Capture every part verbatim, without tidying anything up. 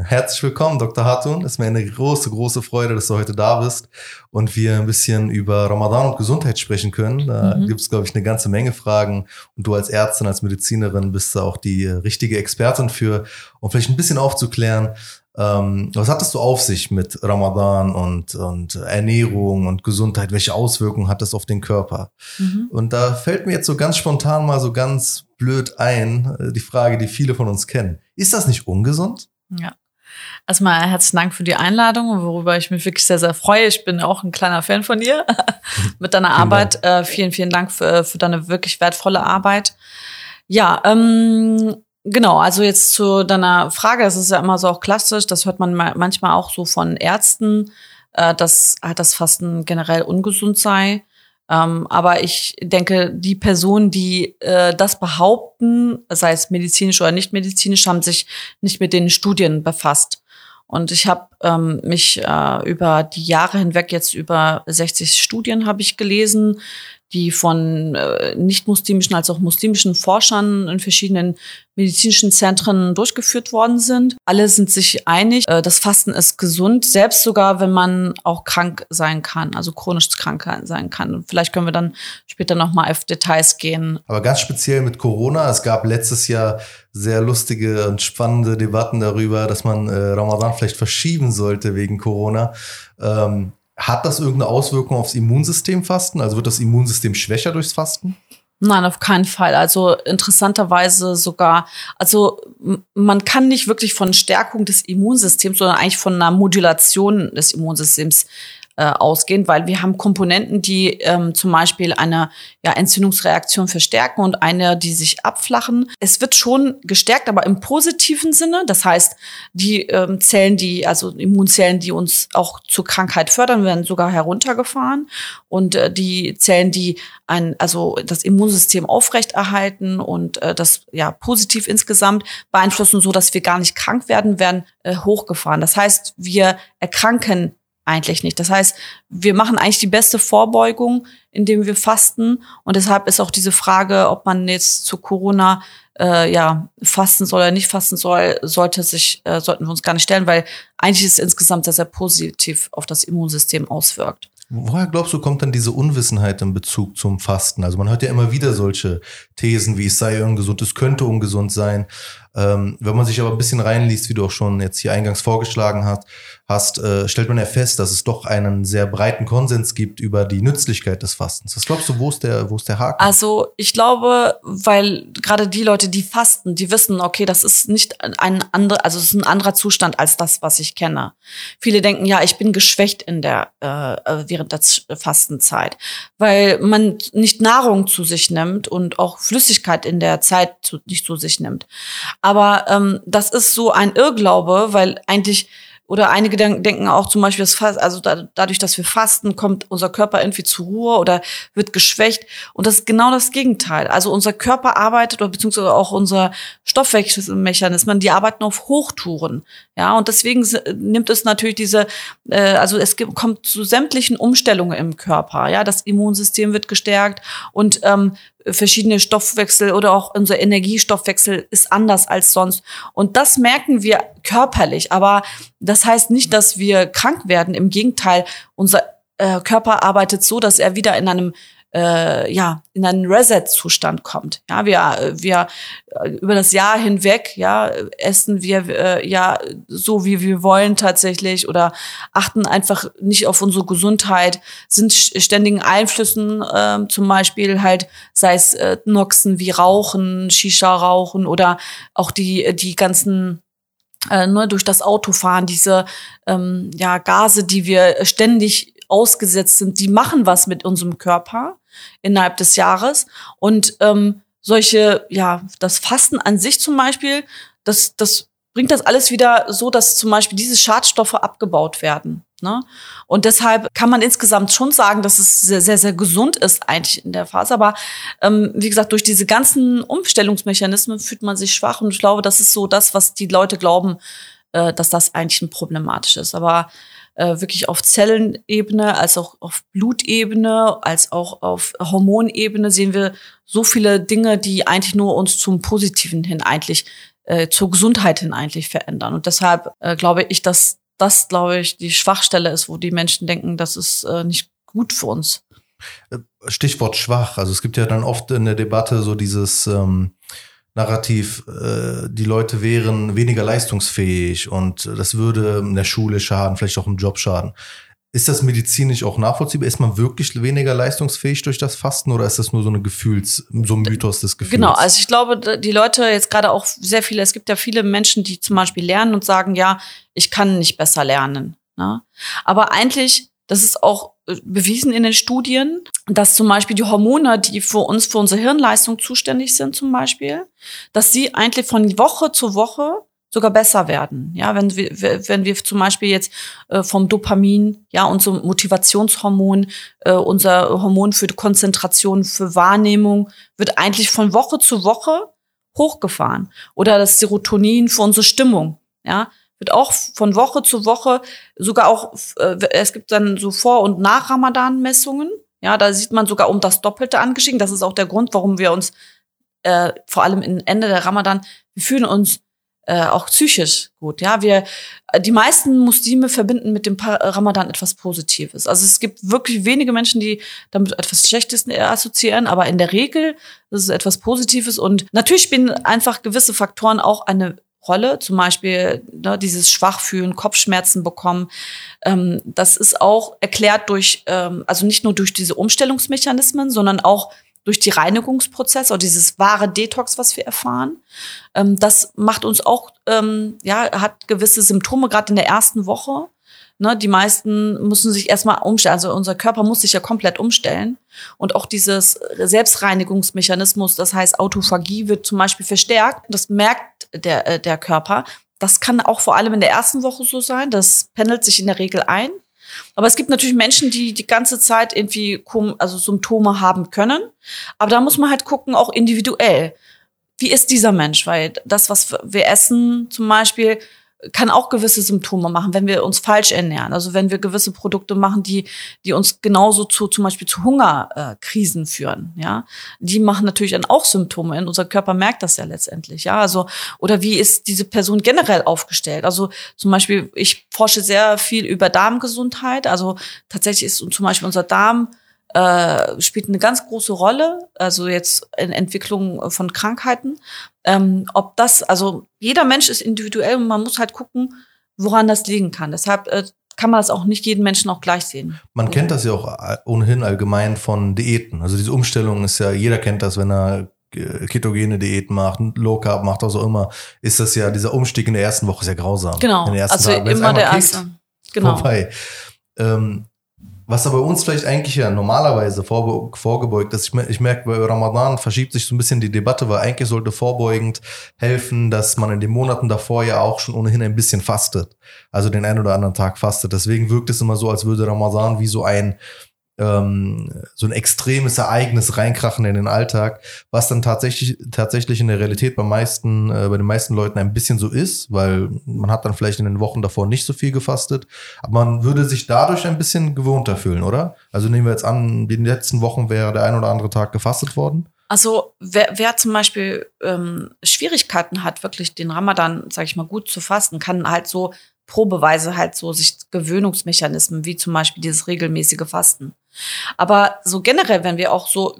Herzlich willkommen, Doktor Hatun. Es ist mir eine große, große Freude, dass du heute da bist und wir ein bisschen über Ramadan und Gesundheit sprechen können. Da mhm. gibt es, glaube ich, eine ganze Menge Fragen und du als Ärztin, als Medizinerin bist da auch die richtige Expertin für, um vielleicht ein bisschen aufzuklären, ähm, was hattest du auf sich mit Ramadan und, und Ernährung und Gesundheit? Welche Auswirkungen hat das auf den Körper? Mhm. Und da fällt mir jetzt so ganz spontan mal so ganz blöd ein, die Frage, die viele von uns kennen. Ist das nicht ungesund? Ja. Erstmal herzlichen Dank für die Einladung, worüber ich mich wirklich sehr, sehr freue. Ich bin auch ein kleiner Fan von dir mit deiner vielen Arbeit. Dank. Äh, vielen, vielen Dank für, für deine wirklich wertvolle Arbeit. Ja, ähm, genau, also jetzt zu deiner Frage, das ist ja immer so auch klassisch, das hört man manchmal auch so von Ärzten, äh, dass halt das Fasten generell ungesund sei. Ähm, aber ich denke, die Personen, die äh, das behaupten, sei es medizinisch oder nicht medizinisch, haben sich nicht mit den Studien befasst. Und ich habe ähm, mich äh, über die Jahre hinweg jetzt über sechzig Studien habe ich gelesen, die von äh, nicht-muslimischen als auch muslimischen Forschern in verschiedenen medizinischen Zentren durchgeführt worden sind. Alle sind sich einig, äh, das Fasten ist gesund, selbst sogar, wenn man auch krank sein kann, also chronisch krank sein kann. Und vielleicht können wir dann später nochmal auf Details gehen. Aber ganz speziell mit Corona, es gab letztes Jahr sehr lustige und spannende Debatten darüber, dass man äh, Ramadan vielleicht verschieben sollte wegen Corona. Ähm, Hat das irgendeine Auswirkung aufs Immunsystem, Fasten? Also wird das Immunsystem schwächer durchs Fasten? Nein, auf keinen Fall. Also interessanterweise sogar, also man kann nicht wirklich von Stärkung des Immunsystems, sondern eigentlich von einer Modulation des Immunsystems äh, ausgehen, weil wir haben Komponenten, die ähm, zum Beispiel eine ja, Entzündungsreaktion verstärken und eine, die sich abflachen. Es wird schon gestärkt, aber im positiven Sinne. Das heißt, die ähm, Zellen, die, also Immunzellen, die uns auch zur Krankheit fördern, werden sogar heruntergefahren. Und äh, die Zellen, die ein, also das Immunsystem aufrechterhalten und äh, das ja positiv insgesamt beeinflussen, so dass wir gar nicht krank werden, werden äh, hochgefahren. Das heißt, wir erkranken eigentlich nicht. Das heißt, wir machen eigentlich die beste Vorbeugung, indem wir fasten. Und deshalb ist auch diese Frage, ob man jetzt zu Corona äh, ja fasten soll oder nicht fasten soll, sollte sich äh, sollten wir uns gar nicht stellen, weil eigentlich ist es insgesamt sehr, sehr positiv auf das Immunsystem auswirkt. Woher glaubst du, kommt dann diese Unwissenheit in Bezug zum Fasten? Also man hört ja immer wieder solche Thesen, wie es sei ungesund, es könnte ungesund sein. Ähm, wenn man sich aber ein bisschen reinliest, wie du auch schon jetzt hier eingangs vorgeschlagen hast, hast äh, stellt man ja fest, dass es doch einen sehr breiten Konsens gibt über die Nützlichkeit des Fastens. Was glaubst du, wo ist der, wo ist der Haken? Also ich glaube, weil gerade die Leute, die fasten, die wissen, okay, das ist nicht ein anderer, also es ist ein anderer Zustand als das, was ich kenne. Viele denken, ja, ich bin geschwächt in der äh, während der Fastenzeit, weil man nicht Nahrung zu sich nimmt und auch Flüssigkeit in der Zeit zu, nicht zu sich nimmt. Aber ähm, das ist so ein Irrglaube, weil eigentlich, oder einige denken auch zum Beispiel, das Fast, also da, dadurch, dass wir fasten, kommt unser Körper irgendwie zur Ruhe oder wird geschwächt. Und das ist genau das Gegenteil. Also unser Körper arbeitet, oder beziehungsweise auch unser Stoffwechselmechanismen, die arbeiten auf Hochtouren. Ja, und deswegen nimmt es natürlich diese, äh, also es gibt, kommt zu sämtlichen Umstellungen im Körper. Ja, das Immunsystem wird gestärkt und ähm, verschiedene Stoffwechsel oder auch unser Energiestoffwechsel ist anders als sonst. Und das merken wir körperlich. Aber das heißt nicht, dass wir krank werden. Im Gegenteil, unser äh, Körper arbeitet so, dass er wieder in einem äh, ja in einen Reset-Zustand kommt. Ja, wir wir über das Jahr hinweg ja essen wir äh, ja so wie wir wollen tatsächlich oder achten einfach nicht auf unsere Gesundheit, sind ständigen Einflüssen äh, zum Beispiel halt, sei es äh, Noxen wie Rauchen, Shisha-Rauchen oder auch die die ganzen äh, ne, durch das Autofahren, diese ähm, ja Gase, die wir ständig ausgesetzt sind, die machen was mit unserem Körper innerhalb des Jahres. Und ähm, solche, ja, das Fasten an sich zum Beispiel, das, das bringt das alles wieder so, dass zum Beispiel diese Schadstoffe abgebaut werden. Ne? Und deshalb kann man insgesamt schon sagen, dass es sehr, sehr, sehr gesund ist eigentlich in der Phase. Aber ähm, wie gesagt, durch diese ganzen Umstellungsmechanismen fühlt man sich schwach. Und ich glaube, das ist so das, was die Leute glauben, äh, dass das eigentlich ein problematisch ist. Aber äh, wirklich auf Zellenebene, als auch auf Blutebene, als auch auf Hormonebene sehen wir so viele Dinge, die eigentlich nur uns zum Positiven hin eigentlich äh, zur Gesundheit hin eigentlich verändern. Und deshalb äh, glaube ich, dass das, glaube ich, die Schwachstelle ist, wo die Menschen denken, das ist äh, nicht gut für uns. Stichwort schwach. Also es gibt ja dann oft in der Debatte so dieses ähm, Narrativ, äh, die Leute wären weniger leistungsfähig und das würde in der Schule schaden, vielleicht auch im Job schaden. Ist das medizinisch auch nachvollziehbar? Ist man wirklich weniger leistungsfähig durch das Fasten oder ist das nur so eine Gefühls, so ein Mythos des Gefühls? Genau, also ich glaube, die Leute jetzt gerade auch sehr viele, es gibt ja viele Menschen, die zum Beispiel lernen und sagen, ja, ich kann nicht besser lernen. Ne? Aber eigentlich, das ist auch bewiesen in den Studien, dass zum Beispiel die Hormone, die für uns, für unsere Hirnleistung zuständig sind zum Beispiel, dass sie eigentlich von Woche zu Woche sogar besser werden. Ja, wenn wir, wenn wir zum Beispiel jetzt äh, vom Dopamin, ja, unser Motivationshormon, äh, unser Hormon für Konzentration, für Wahrnehmung, wird eigentlich von Woche zu Woche hochgefahren. Oder das Serotonin für unsere Stimmung, ja, wird auch von Woche zu Woche, sogar auch, äh, es gibt dann so Vor- und Nach-Ramadan-Messungen, ja, da sieht man sogar um das Doppelte angestiegen. Das ist auch der Grund, warum wir uns, äh, vor allem im Ende der Ramadan, wir fühlen uns Äh, auch psychisch gut, ja. Wir, die meisten Muslime verbinden mit dem Ramadan etwas Positives. Also es gibt wirklich wenige Menschen, die damit etwas Schlechtes assoziieren, aber in der Regel ist es etwas Positives und natürlich spielen einfach gewisse Faktoren auch eine Rolle, zum Beispiel ne, dieses Schwachfühlen, Kopfschmerzen bekommen. Ähm, das ist auch erklärt durch, ähm, also nicht nur durch diese Umstellungsmechanismen, sondern auch durch die Reinigungsprozesse oder dieses wahre Detox, was wir erfahren. Ähm, das macht uns auch, ähm, ja, hat gewisse Symptome, gerade in der ersten Woche. Ne, die meisten müssen sich erstmal umstellen. Also unser Körper muss sich ja komplett umstellen. Und auch dieses Selbstreinigungsmechanismus, das heißt Autophagie, wird zum Beispiel verstärkt. Das merkt der, äh, der Körper. Das kann auch vor allem in der ersten Woche so sein. Das pendelt sich in der Regel ein. Aber es gibt natürlich Menschen, die die ganze Zeit irgendwie also Symptome haben können. Aber da muss man halt gucken, auch individuell. Wie ist dieser Mensch? Weil das, was wir essen zum Beispiel, kann auch gewisse Symptome machen, wenn wir uns falsch ernähren. Also wenn wir gewisse Produkte machen, die die uns genauso zu zum Beispiel zu Hungerkrisen äh, führen. Ja, die machen natürlich dann auch Symptome. Und unser Körper merkt das ja letztendlich. Ja, also oder wie ist diese Person generell aufgestellt? Also zum Beispiel, ich forsche sehr viel über Darmgesundheit. Also tatsächlich ist zum Beispiel unser Darm äh, spielt eine ganz große Rolle, also jetzt in Entwicklung von Krankheiten. Ähm, ob das, also jeder Mensch ist individuell und man muss halt gucken, woran das liegen kann. Deshalb äh, kann man das auch nicht jeden Menschen auch gleich sehen. Man kennt das ja auch ohnehin allgemein von Diäten. Also diese Umstellung ist ja, jeder kennt das, wenn er ketogene Diät macht, Low Carb macht, was auch immer, ist das ja, dieser Umstieg in der ersten Woche sehr grausam. Genau, in den ersten also Tagen, immer der erste. Genau. Vorbei. Ähm, Was aber uns vielleicht eigentlich ja normalerweise vorbe- vorgebeugt ist, ich, mer- ich merke, bei Ramadan verschiebt sich so ein bisschen die Debatte, weil eigentlich sollte vorbeugend helfen, dass man in den Monaten davor ja auch schon ohnehin ein bisschen fastet. Also den einen oder anderen Tag fastet. Deswegen wirkt es immer so, als würde Ramadan wie so ein ähm, so ein extremes Ereignis reinkrachen in den Alltag, was dann tatsächlich tatsächlich in der Realität bei meisten äh, bei den meisten Leuten ein bisschen so ist, weil man hat dann vielleicht in den Wochen davor nicht so viel gefastet, aber man würde sich dadurch ein bisschen gewohnter fühlen, oder? Also nehmen wir jetzt an, in den letzten Wochen wäre der ein oder andere Tag gefastet worden. Also wer, wer zum Beispiel ähm, Schwierigkeiten hat, wirklich den Ramadan, sag ich mal, gut zu fasten, kann halt so probeweise halt so sich Gewöhnungsmechanismen, wie zum Beispiel dieses regelmäßige Fasten. Aber so generell, wenn wir auch so,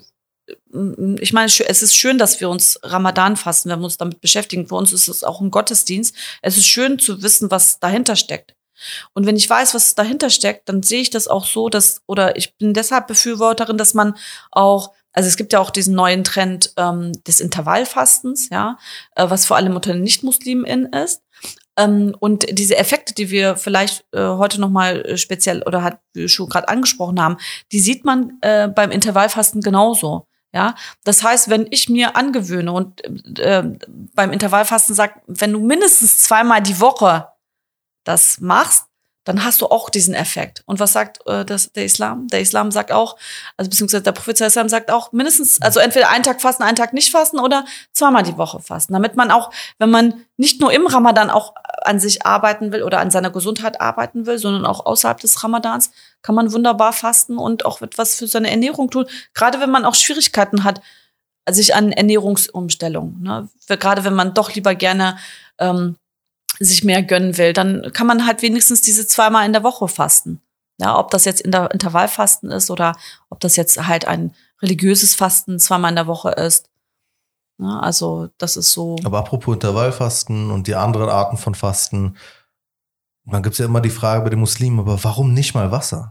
ich meine, es ist schön, dass wir uns Ramadan fasten, wenn wir uns damit beschäftigen. Für uns ist es auch ein Gottesdienst. Es ist schön zu wissen, was dahinter steckt. Und wenn ich weiß, was dahinter steckt, dann sehe ich das auch so, dass, oder ich bin deshalb Befürworterin, dass man auch, also es gibt ja auch diesen neuen Trend ähm, des Intervallfastens, ja, äh, was vor allem unter den Nicht-Muslimen ist. Ähm, und diese Effekte, die wir vielleicht äh, heute noch mal speziell oder hat wir schon gerade angesprochen haben, die sieht man äh, beim Intervallfasten genauso. Ja, das heißt, wenn ich mir angewöhne und äh, beim Intervallfasten sag, wenn du mindestens zweimal die Woche das machst, dann hast du auch diesen Effekt. Und was sagt äh, das, der Islam? Der Islam sagt auch, also beziehungsweise der Prophet Islam sagt auch mindestens, also entweder einen Tag fasten, einen Tag nicht fasten oder zweimal die Woche fasten. Damit man auch, wenn man nicht nur im Ramadan auch an sich arbeiten will oder an seiner Gesundheit arbeiten will, sondern auch außerhalb des Ramadans, kann man wunderbar fasten und auch etwas für seine Ernährung tun. Gerade wenn man auch Schwierigkeiten hat, sich an Ernährungsumstellung. Ne? Gerade wenn man doch lieber gerne ähm, sich mehr gönnen will, dann kann man halt wenigstens diese zweimal in der Woche fasten. Ja, ob das jetzt in der Intervallfasten ist oder ob das jetzt halt ein religiöses Fasten zweimal in der Woche ist. Ja, also das ist so. Aber apropos Intervallfasten und die anderen Arten von Fasten, dann gibt es ja immer die Frage bei den Muslimen, aber warum nicht mal Wasser?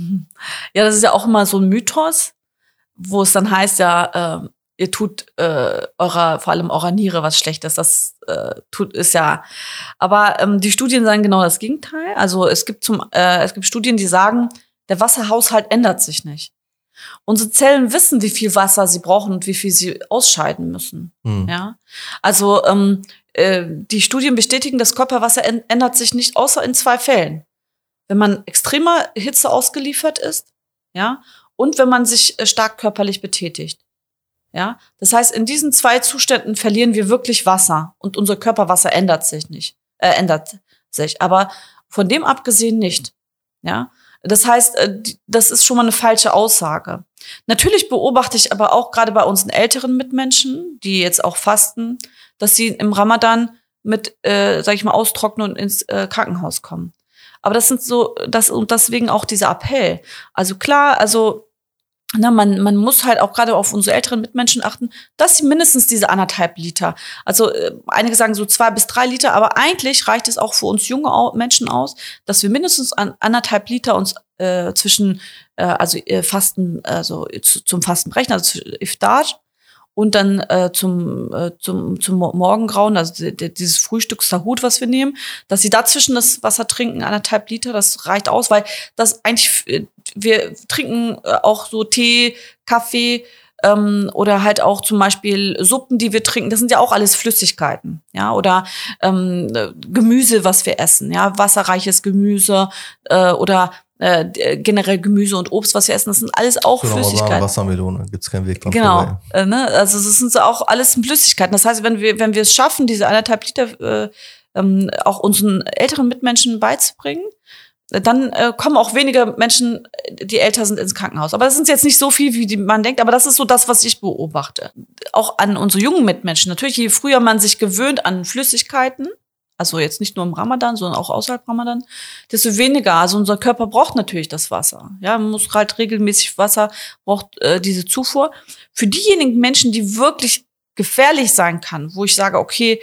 Ja, das ist ja auch immer so ein Mythos, wo es dann heißt, ja, äh, ihr tut äh, eurer, vor allem eurer Niere was Schlechtes. Das äh, tut ist ja. Aber ähm, die Studien sagen genau das Gegenteil. Also es gibt zum, äh, es gibt Studien, die sagen, der Wasserhaushalt ändert sich nicht. Unsere Zellen wissen, wie viel Wasser sie brauchen und wie viel sie ausscheiden müssen. Mhm. Ja, also ähm, äh, die Studien bestätigen, das Körperwasser en- ändert sich nicht, außer in zwei Fällen: Wenn man extremer Hitze ausgeliefert ist, ja, und wenn man sich äh, stark körperlich betätigt. Ja, das heißt, in diesen zwei Zuständen verlieren wir wirklich Wasser und unser Körperwasser ändert sich nicht, äh, ändert sich. Aber von dem abgesehen nicht. Ja, das heißt, das ist schon mal eine falsche Aussage. Natürlich beobachte ich aber auch gerade bei unseren älteren Mitmenschen, die jetzt auch fasten, dass sie im Ramadan mit, äh, sag ich mal, austrocknen und ins äh, Krankenhaus kommen. Aber das sind so, das und deswegen auch dieser Appell. Also klar, also Na, man, man muss halt auch gerade auf unsere älteren Mitmenschen achten, dass sie mindestens diese anderthalb Liter, also äh, einige sagen so zwei bis drei Liter, aber eigentlich reicht es auch für uns junge Au- Menschen aus, dass wir mindestens an, anderthalb Liter uns äh, zwischen, äh, also äh, Fasten, also zu, zum Fasten brechen, also Iftar und dann äh, zum, äh, zum, zum Morgengrauen, also d- d- dieses Frühstück Sahut, was wir nehmen, dass sie dazwischen das Wasser trinken, anderthalb Liter, das reicht aus, weil das eigentlich, wir trinken auch so Tee, Kaffee ähm, oder halt auch zum Beispiel Suppen, die wir trinken, das sind ja auch alles Flüssigkeiten, ja, oder ähm, Gemüse, was wir essen, ja, wasserreiches Gemüse äh, oder Äh, generell Gemüse und Obst, was wir essen, das sind alles auch Für Flüssigkeiten. Wassermelone, gibt's keinen Weg dran genau, vorbei. Äh, ne? Also das sind so auch alles Flüssigkeiten. Das heißt, wenn wir wenn wir es schaffen, diese anderthalb Liter äh, ähm, auch unseren älteren Mitmenschen beizubringen, dann äh, kommen auch weniger Menschen, die älter sind, ins Krankenhaus. Aber das sind jetzt nicht so viel, wie die, man denkt, aber das ist so das, was ich beobachte. Auch an unsere jungen Mitmenschen. Natürlich, je früher man sich gewöhnt an Flüssigkeiten, also jetzt nicht nur im Ramadan, sondern auch außerhalb Ramadan, desto weniger. Also unser Körper braucht natürlich das Wasser. Ja, man muss halt regelmäßig Wasser, braucht äh, diese Zufuhr. Für diejenigen Menschen, die wirklich gefährlich sein kann, wo ich sage, okay,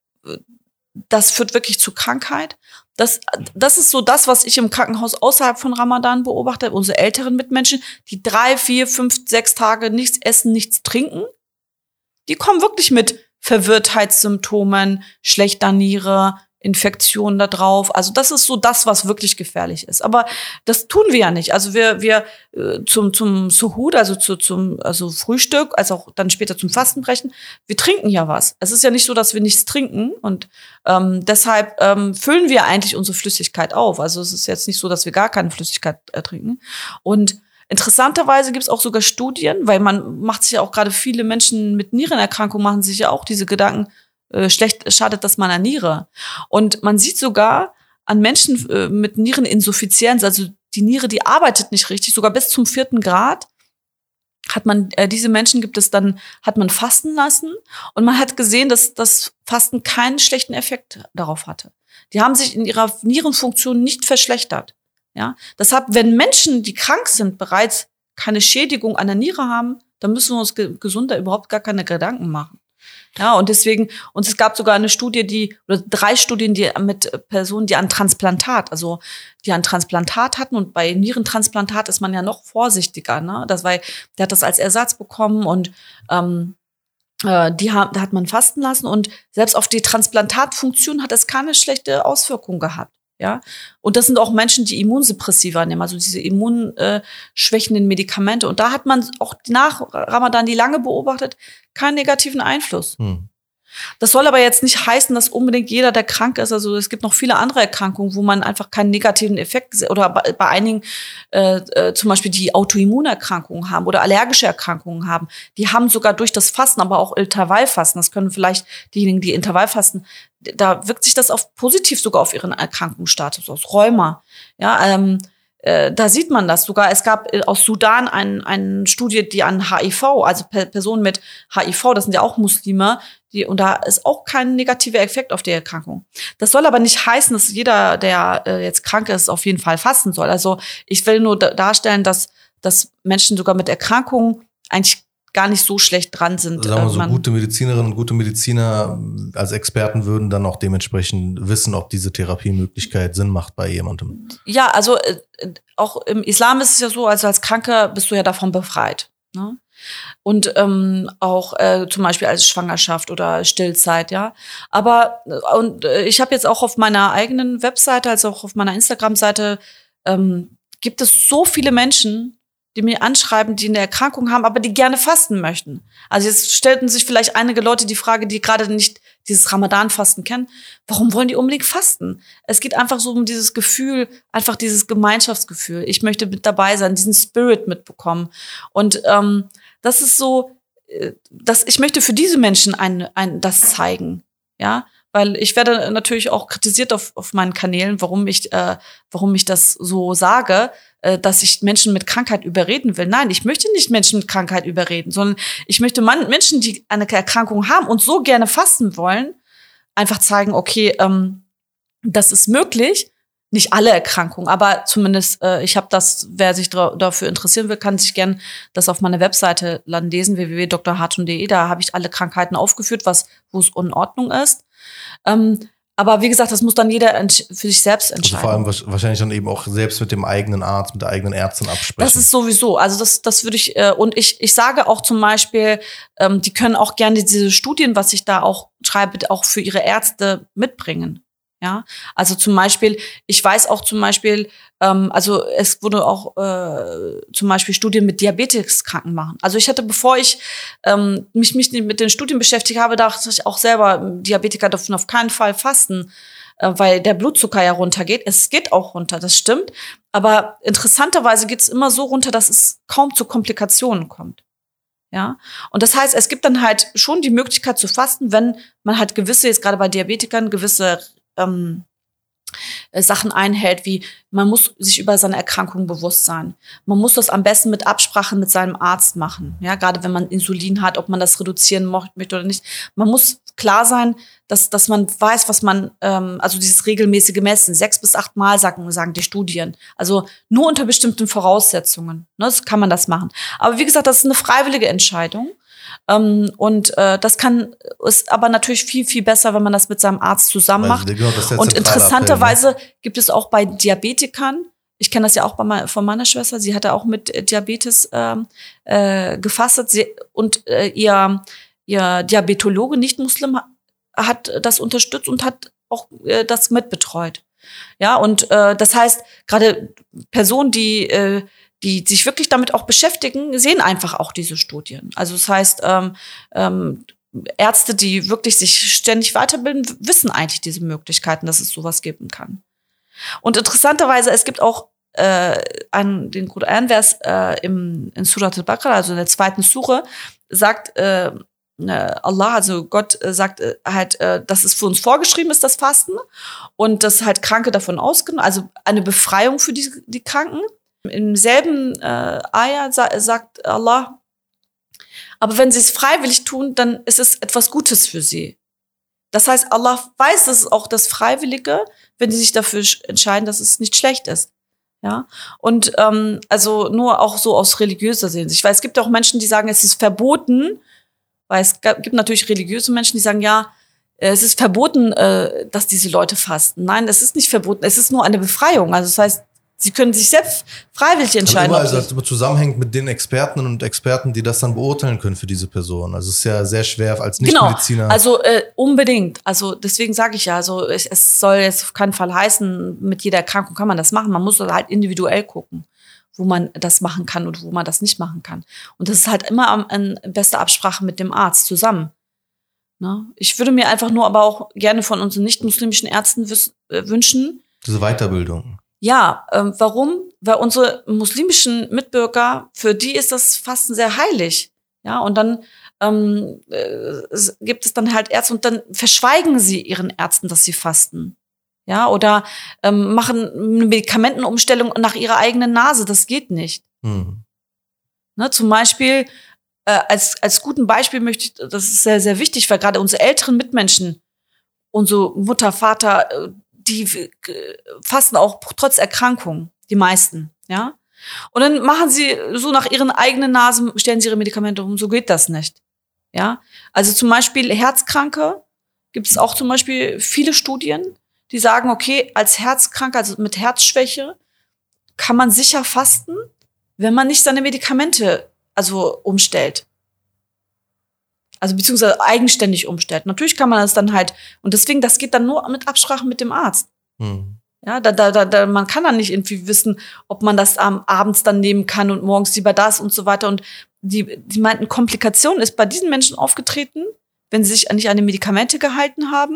das führt wirklich zu Krankheit. Das, das ist so das, was ich im Krankenhaus außerhalb von Ramadan beobachte. Unsere älteren Mitmenschen, die drei, vier, fünf, sechs Tage nichts essen, nichts trinken, die kommen wirklich mit Verwirrtheitssymptomen, schlechter Niere, Infektionen da drauf. Also das ist so das, was wirklich gefährlich ist. Aber das tun wir ja nicht. Also wir wir äh, zum zum Suhud, also zu, zum also Frühstück, als auch dann später zum Fastenbrechen, wir trinken ja was. Es ist ja nicht so, dass wir nichts trinken und ähm, deshalb ähm, füllen wir eigentlich unsere Flüssigkeit auf. Also es ist jetzt nicht so, dass wir gar keine Flüssigkeit äh, trinken. Und interessanterweise gibt es auch sogar Studien, weil man macht sich ja auch gerade viele Menschen mit Nierenerkrankungen machen sich ja auch diese Gedanken, äh, schlecht schadet das meiner Niere. Und man sieht sogar an Menschen äh, mit Niereninsuffizienz, also die Niere, die arbeitet nicht richtig, sogar bis zum vierten Grad, hat man äh, diese Menschen gibt es dann, hat man fasten lassen und man hat gesehen, dass das Fasten keinen schlechten Effekt darauf hatte. Die haben sich in ihrer Nierenfunktion nicht verschlechtert. Ja, deshalb, wenn Menschen, die krank sind, bereits keine Schädigung an der Niere haben, dann müssen wir uns ge- gesunder überhaupt gar keine Gedanken machen. Ja, und deswegen, und es gab sogar eine Studie, die, oder drei Studien, die mit Personen, die an Transplantat, also die an Transplantat hatten, und bei Nierentransplantat ist man ja noch vorsichtiger, ne? Das war, der hat das als Ersatz bekommen und ähm, äh, die ha- da hat man fasten lassen und selbst auf die Transplantatfunktion hat es keine schlechte Auswirkung gehabt. Ja, und das sind auch Menschen, die Immunsuppressiva nehmen, also diese immunschwächenden Medikamente. Und da hat man auch nach Ramadan, die lange beobachtet, keinen negativen Einfluss. Hm. Das soll aber jetzt nicht heißen, dass unbedingt jeder, der krank ist, also es gibt noch viele andere Erkrankungen, wo man einfach keinen negativen Effekt, oder bei, bei einigen äh, äh, zum Beispiel die Autoimmunerkrankungen haben oder allergische Erkrankungen haben, die haben sogar durch das Fasten, aber auch Intervallfasten, das können vielleicht diejenigen, die Intervallfasten, da wirkt sich das auf positiv sogar auf ihren Erkrankungsstatus aus, Rheuma, ja, ähm, äh, da sieht man das sogar. Es gab äh, aus Sudan eine ein Studie, die an H I V, also Pe- Personen mit H I V, das sind ja auch Muslime, die, und da ist auch kein negativer Effekt auf die Erkrankung. Das soll aber nicht heißen, dass jeder, der äh, jetzt krank ist, auf jeden Fall fasten soll. Also ich will nur da- darstellen, dass, dass Menschen sogar mit Erkrankungen eigentlich gar nicht so schlecht dran sind. Sagen wir so, Man- gute Medizinerinnen und gute Mediziner als Experten würden dann auch dementsprechend wissen, ob diese Therapiemöglichkeit Sinn macht bei jemandem. Ja, also äh, auch im Islam ist es ja so, also als Kranker bist du ja davon befreit. Ne? Und ähm, auch äh, zum Beispiel als Schwangerschaft oder Stillzeit, ja. Aber äh, und äh, ich habe jetzt auch auf meiner eigenen Webseite, also auch auf meiner Instagram-Seite, ähm, gibt es so viele Menschen, die mir anschreiben, die eine Erkrankung haben, aber die gerne fasten möchten. Also jetzt stellten sich vielleicht einige Leute die Frage, die gerade nicht dieses Ramadan-Fasten kennen, warum wollen die unbedingt fasten? Es geht einfach so um dieses Gefühl, einfach dieses Gemeinschaftsgefühl. Ich möchte mit dabei sein, diesen Spirit mitbekommen. Und ähm, das ist so, äh, dass ich möchte für diese Menschen ein, ein, das zeigen, ja. Weil ich werde natürlich auch kritisiert auf, auf meinen Kanälen, warum ich, äh, warum ich das so sage, äh, dass ich Menschen mit Krankheit überreden will. Nein, ich möchte nicht Menschen mit Krankheit überreden, sondern ich möchte man, Menschen, die eine Erkrankung haben und so gerne fasten wollen, einfach zeigen, okay, ähm, das ist möglich. Nicht alle Erkrankungen, aber zumindest, äh, ich habe das, wer sich dra- dafür interessieren will, kann sich gern das auf meiner Webseite lesen, w w w punkt d r hartun punkt d e. Da habe ich alle Krankheiten aufgeführt, was wo es in Ordnung ist. Ähm, aber wie gesagt, das muss dann jeder entsch- für sich selbst entscheiden. Also vor allem wasch- wahrscheinlich dann eben auch selbst mit dem eigenen Arzt, mit der eigenen Ärztin absprechen. Das ist sowieso, also das, das würde ich, äh, und ich, ich sage auch zum Beispiel, ähm, die können auch gerne diese Studien, was ich da auch schreibe, auch für ihre Ärzte mitbringen. Ja, also zum Beispiel, ich weiß auch zum Beispiel, ähm, also es wurde auch äh, zum Beispiel Studien mit Diabeteskranken machen. Also ich hatte, bevor ich ähm, mich, mich mit den Studien beschäftigt habe, dachte ich auch selber, Diabetiker dürfen auf keinen Fall fasten, äh, weil der Blutzucker ja runtergeht. Es geht auch runter, das stimmt. Aber interessanterweise geht es immer so runter, dass es kaum zu Komplikationen kommt. Ja, und das heißt, es gibt dann halt schon die Möglichkeit zu fasten, wenn man halt gewisse, jetzt gerade bei Diabetikern, gewisse ähm, Sachen einhält, wie man muss sich über seine Erkrankung bewusst sein. Man muss das am besten mit Absprache mit seinem Arzt machen. Ja, gerade wenn man Insulin hat, ob man das reduzieren möchte oder nicht. Man muss klar sein, dass, dass man weiß, was man, ähm, also dieses regelmäßige Messen, sechs bis acht Mal sagen, sagen die Studien. Also nur unter bestimmten Voraussetzungen. Ne, das kann man das machen. Aber wie gesagt, das ist eine freiwillige Entscheidung. Ähm, und äh, das kann ist aber natürlich viel, viel besser, wenn man das mit seinem Arzt zusammen macht. Also, genau, das ist der Und zentrale interessanterweise Appell, ne? gibt es auch bei Diabetikern, ich kenne das ja auch bei mein, von meiner Schwester, sie hatte auch mit äh, Diabetes ähm, äh, gefastet sie, und äh, ihr, ihr Diabetologe, Nicht-Muslim, hat das unterstützt und hat auch äh, das mitbetreut. Ja, und äh, das heißt, gerade Personen, die äh, die sich wirklich damit auch beschäftigen, sehen einfach auch diese Studien. Also das heißt, ähm, ähm, Ärzte, die wirklich sich ständig weiterbilden, wissen eigentlich diese Möglichkeiten, dass es sowas geben kann. Und interessanterweise, es gibt auch äh, einen, den Koran-Vers äh, im, in Surat al-Baqarah, also in der zweiten Sure, sagt äh, Allah, also Gott äh, sagt äh, halt, äh, dass es für uns vorgeschrieben ist, das Fasten, und dass halt Kranke davon ausgenommen, also eine Befreiung für die, die Kranken. Im selben äh, Ayah sa- sagt Allah, aber wenn sie es freiwillig tun, dann ist es etwas Gutes für sie. Das heißt, Allah weiß, dass es auch das Freiwillige, wenn sie sich dafür entscheiden, dass es nicht schlecht ist. Ja, und ähm, also nur auch so aus religiöser Sicht. Weil es gibt auch Menschen, die sagen, es ist verboten, weil es gibt natürlich religiöse Menschen, die sagen, ja, es ist verboten, äh, dass diese Leute fasten. Nein, es ist nicht verboten, es ist nur eine Befreiung. Also das heißt, sie können sich selbst freiwillig entscheiden. Aber immer, also das immer zusammenhängt mit den Experten und Experten, die das dann beurteilen können für diese Person. Also es ist ja sehr schwer als Nichtmediziner. Genau, also äh, unbedingt. Also deswegen sage ich ja, also es, es soll jetzt auf keinen Fall heißen, mit jeder Erkrankung kann man das machen. Man muss halt individuell gucken, wo man das machen kann und wo man das nicht machen kann. Und das ist halt immer in bester Absprache mit dem Arzt zusammen. Ne? Ich würde mir einfach nur aber auch gerne von unseren nicht-muslimischen Ärzten wiss, äh, wünschen. Diese Weiterbildung. Ja, ähm, warum? Weil unsere muslimischen Mitbürger, für die ist das Fasten sehr heilig. Ja, und dann ähm, äh, gibt es dann halt Ärzte und dann verschweigen sie ihren Ärzten, dass sie fasten. Ja, oder ähm, machen eine Medikamentenumstellung nach ihrer eigenen Nase. Das geht nicht. Mhm. Ne, zum Beispiel, äh, als, als guten Beispiel möchte ich, das ist sehr, sehr wichtig, weil gerade unsere älteren Mitmenschen, unsere Mutter, Vater, die äh, fasten auch trotz Erkrankung, die meisten, ja. Und dann machen sie so nach ihren eigenen Nasen, stellen sie ihre Medikamente um, so geht das nicht, ja. Also zum Beispiel Herzkranke, gibt es auch zum Beispiel viele Studien, die sagen, okay, als Herzkranker, also mit Herzschwäche, kann man sicher fasten, wenn man nicht seine Medikamente also umstellt. Also beziehungsweise eigenständig umstellt. Natürlich kann man das dann halt, und deswegen, das geht dann nur mit Absprache mit dem Arzt. Hm. Ja, da, da, da, da, man kann dann nicht irgendwie wissen, ob man das am abends dann nehmen kann und morgens lieber das und so weiter. Und die, die meinten, Komplikation ist bei diesen Menschen aufgetreten, wenn sie sich nicht an die Medikamente gehalten haben.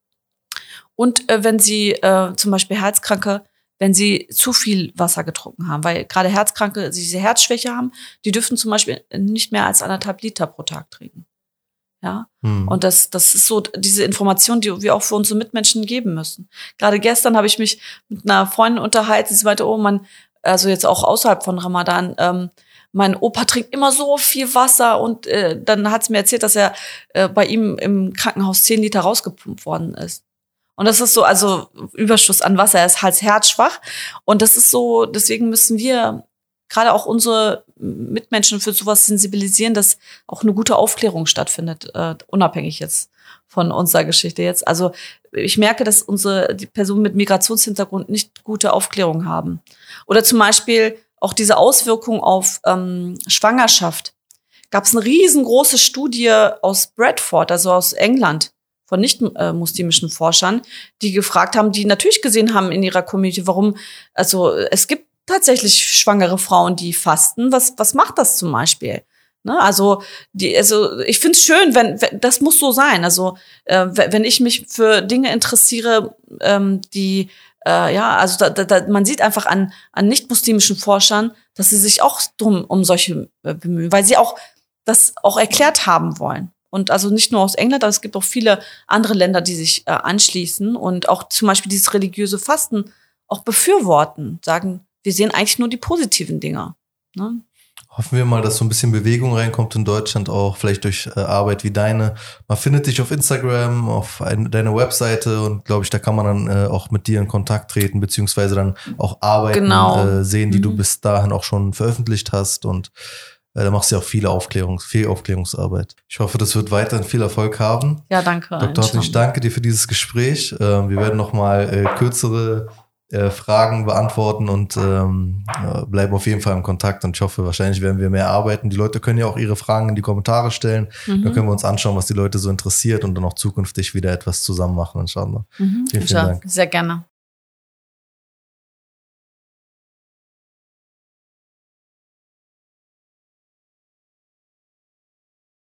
Und äh, wenn sie äh, zum Beispiel Herzkranke, wenn sie zu viel Wasser getrunken haben, weil gerade Herzkranke diese Herzschwäche haben, die dürfen zum Beispiel nicht mehr als anderthalb Liter pro Tag trinken. Ja, hm. Und das, das ist so diese Information, die wir auch für unsere Mitmenschen geben müssen. Gerade gestern habe ich mich mit einer Freundin unterhalten, sie meinte, oh man, also jetzt auch außerhalb von Ramadan, ähm, mein Opa trinkt immer so viel Wasser und äh, dann hat sie mir erzählt, dass er äh, bei ihm im Krankenhaus zehn Liter rausgepumpt worden ist. Und das ist so, also Überschuss an Wasser, er ist halt herzschwach. Und das ist so, deswegen müssen wir gerade auch unsere Mitmenschen für sowas sensibilisieren, dass auch eine gute Aufklärung stattfindet, äh, unabhängig jetzt von unserer Geschichte jetzt. Also ich merke, dass unsere die Personen mit Migrationshintergrund nicht gute Aufklärung haben. Oder zum Beispiel auch diese Auswirkung auf ähm, Schwangerschaft. Gab es eine riesengroße Studie aus Bradford, also aus England, von nicht-muslimischen Forschern, die gefragt haben, die natürlich gesehen haben in ihrer Community, warum, also es gibt tatsächlich schwangere Frauen, die fasten. Was, was macht das zum Beispiel? Ne? Also, die, also ich finde es schön, wenn, wenn, das muss so sein. Also, äh, wenn ich mich für Dinge interessiere, ähm, die, äh, ja, also da, da, man sieht einfach an, an nicht-muslimischen Forschern, dass sie sich auch drum um solche äh, bemühen, weil sie auch das auch erklärt haben wollen. Und also nicht nur aus England, aber es gibt auch viele andere Länder, die sich äh, anschließen und auch zum Beispiel dieses religiöse Fasten auch befürworten, sagen, wir sehen eigentlich nur die positiven Dinge. Ne? Hoffen wir mal, dass so ein bisschen Bewegung reinkommt in Deutschland, auch vielleicht durch äh, Arbeit wie deine. Man findet dich auf Instagram, auf ein, deiner Webseite und glaube ich, da kann man dann äh, auch mit dir in Kontakt treten, beziehungsweise dann auch Arbeiten genau. äh, sehen, die mhm. du bis dahin auch schon veröffentlicht hast und da machst du ja auch viele Aufklärungs-, viel Aufklärungsarbeit. Ich hoffe, das wird weiterhin viel Erfolg haben. Ja, danke. Doktor Hatun, ich danke dir für dieses Gespräch. Wir werden nochmal äh, kürzere äh, Fragen beantworten und ähm, bleiben auf jeden Fall im Kontakt. Und ich hoffe, wahrscheinlich werden wir mehr arbeiten. Die Leute können ja auch ihre Fragen in die Kommentare stellen. Mhm. Dann können wir uns anschauen, was die Leute so interessiert und dann auch zukünftig wieder etwas zusammen machen. Inshallah. Mhm. Vielen, vielen Dank. Sehr gerne.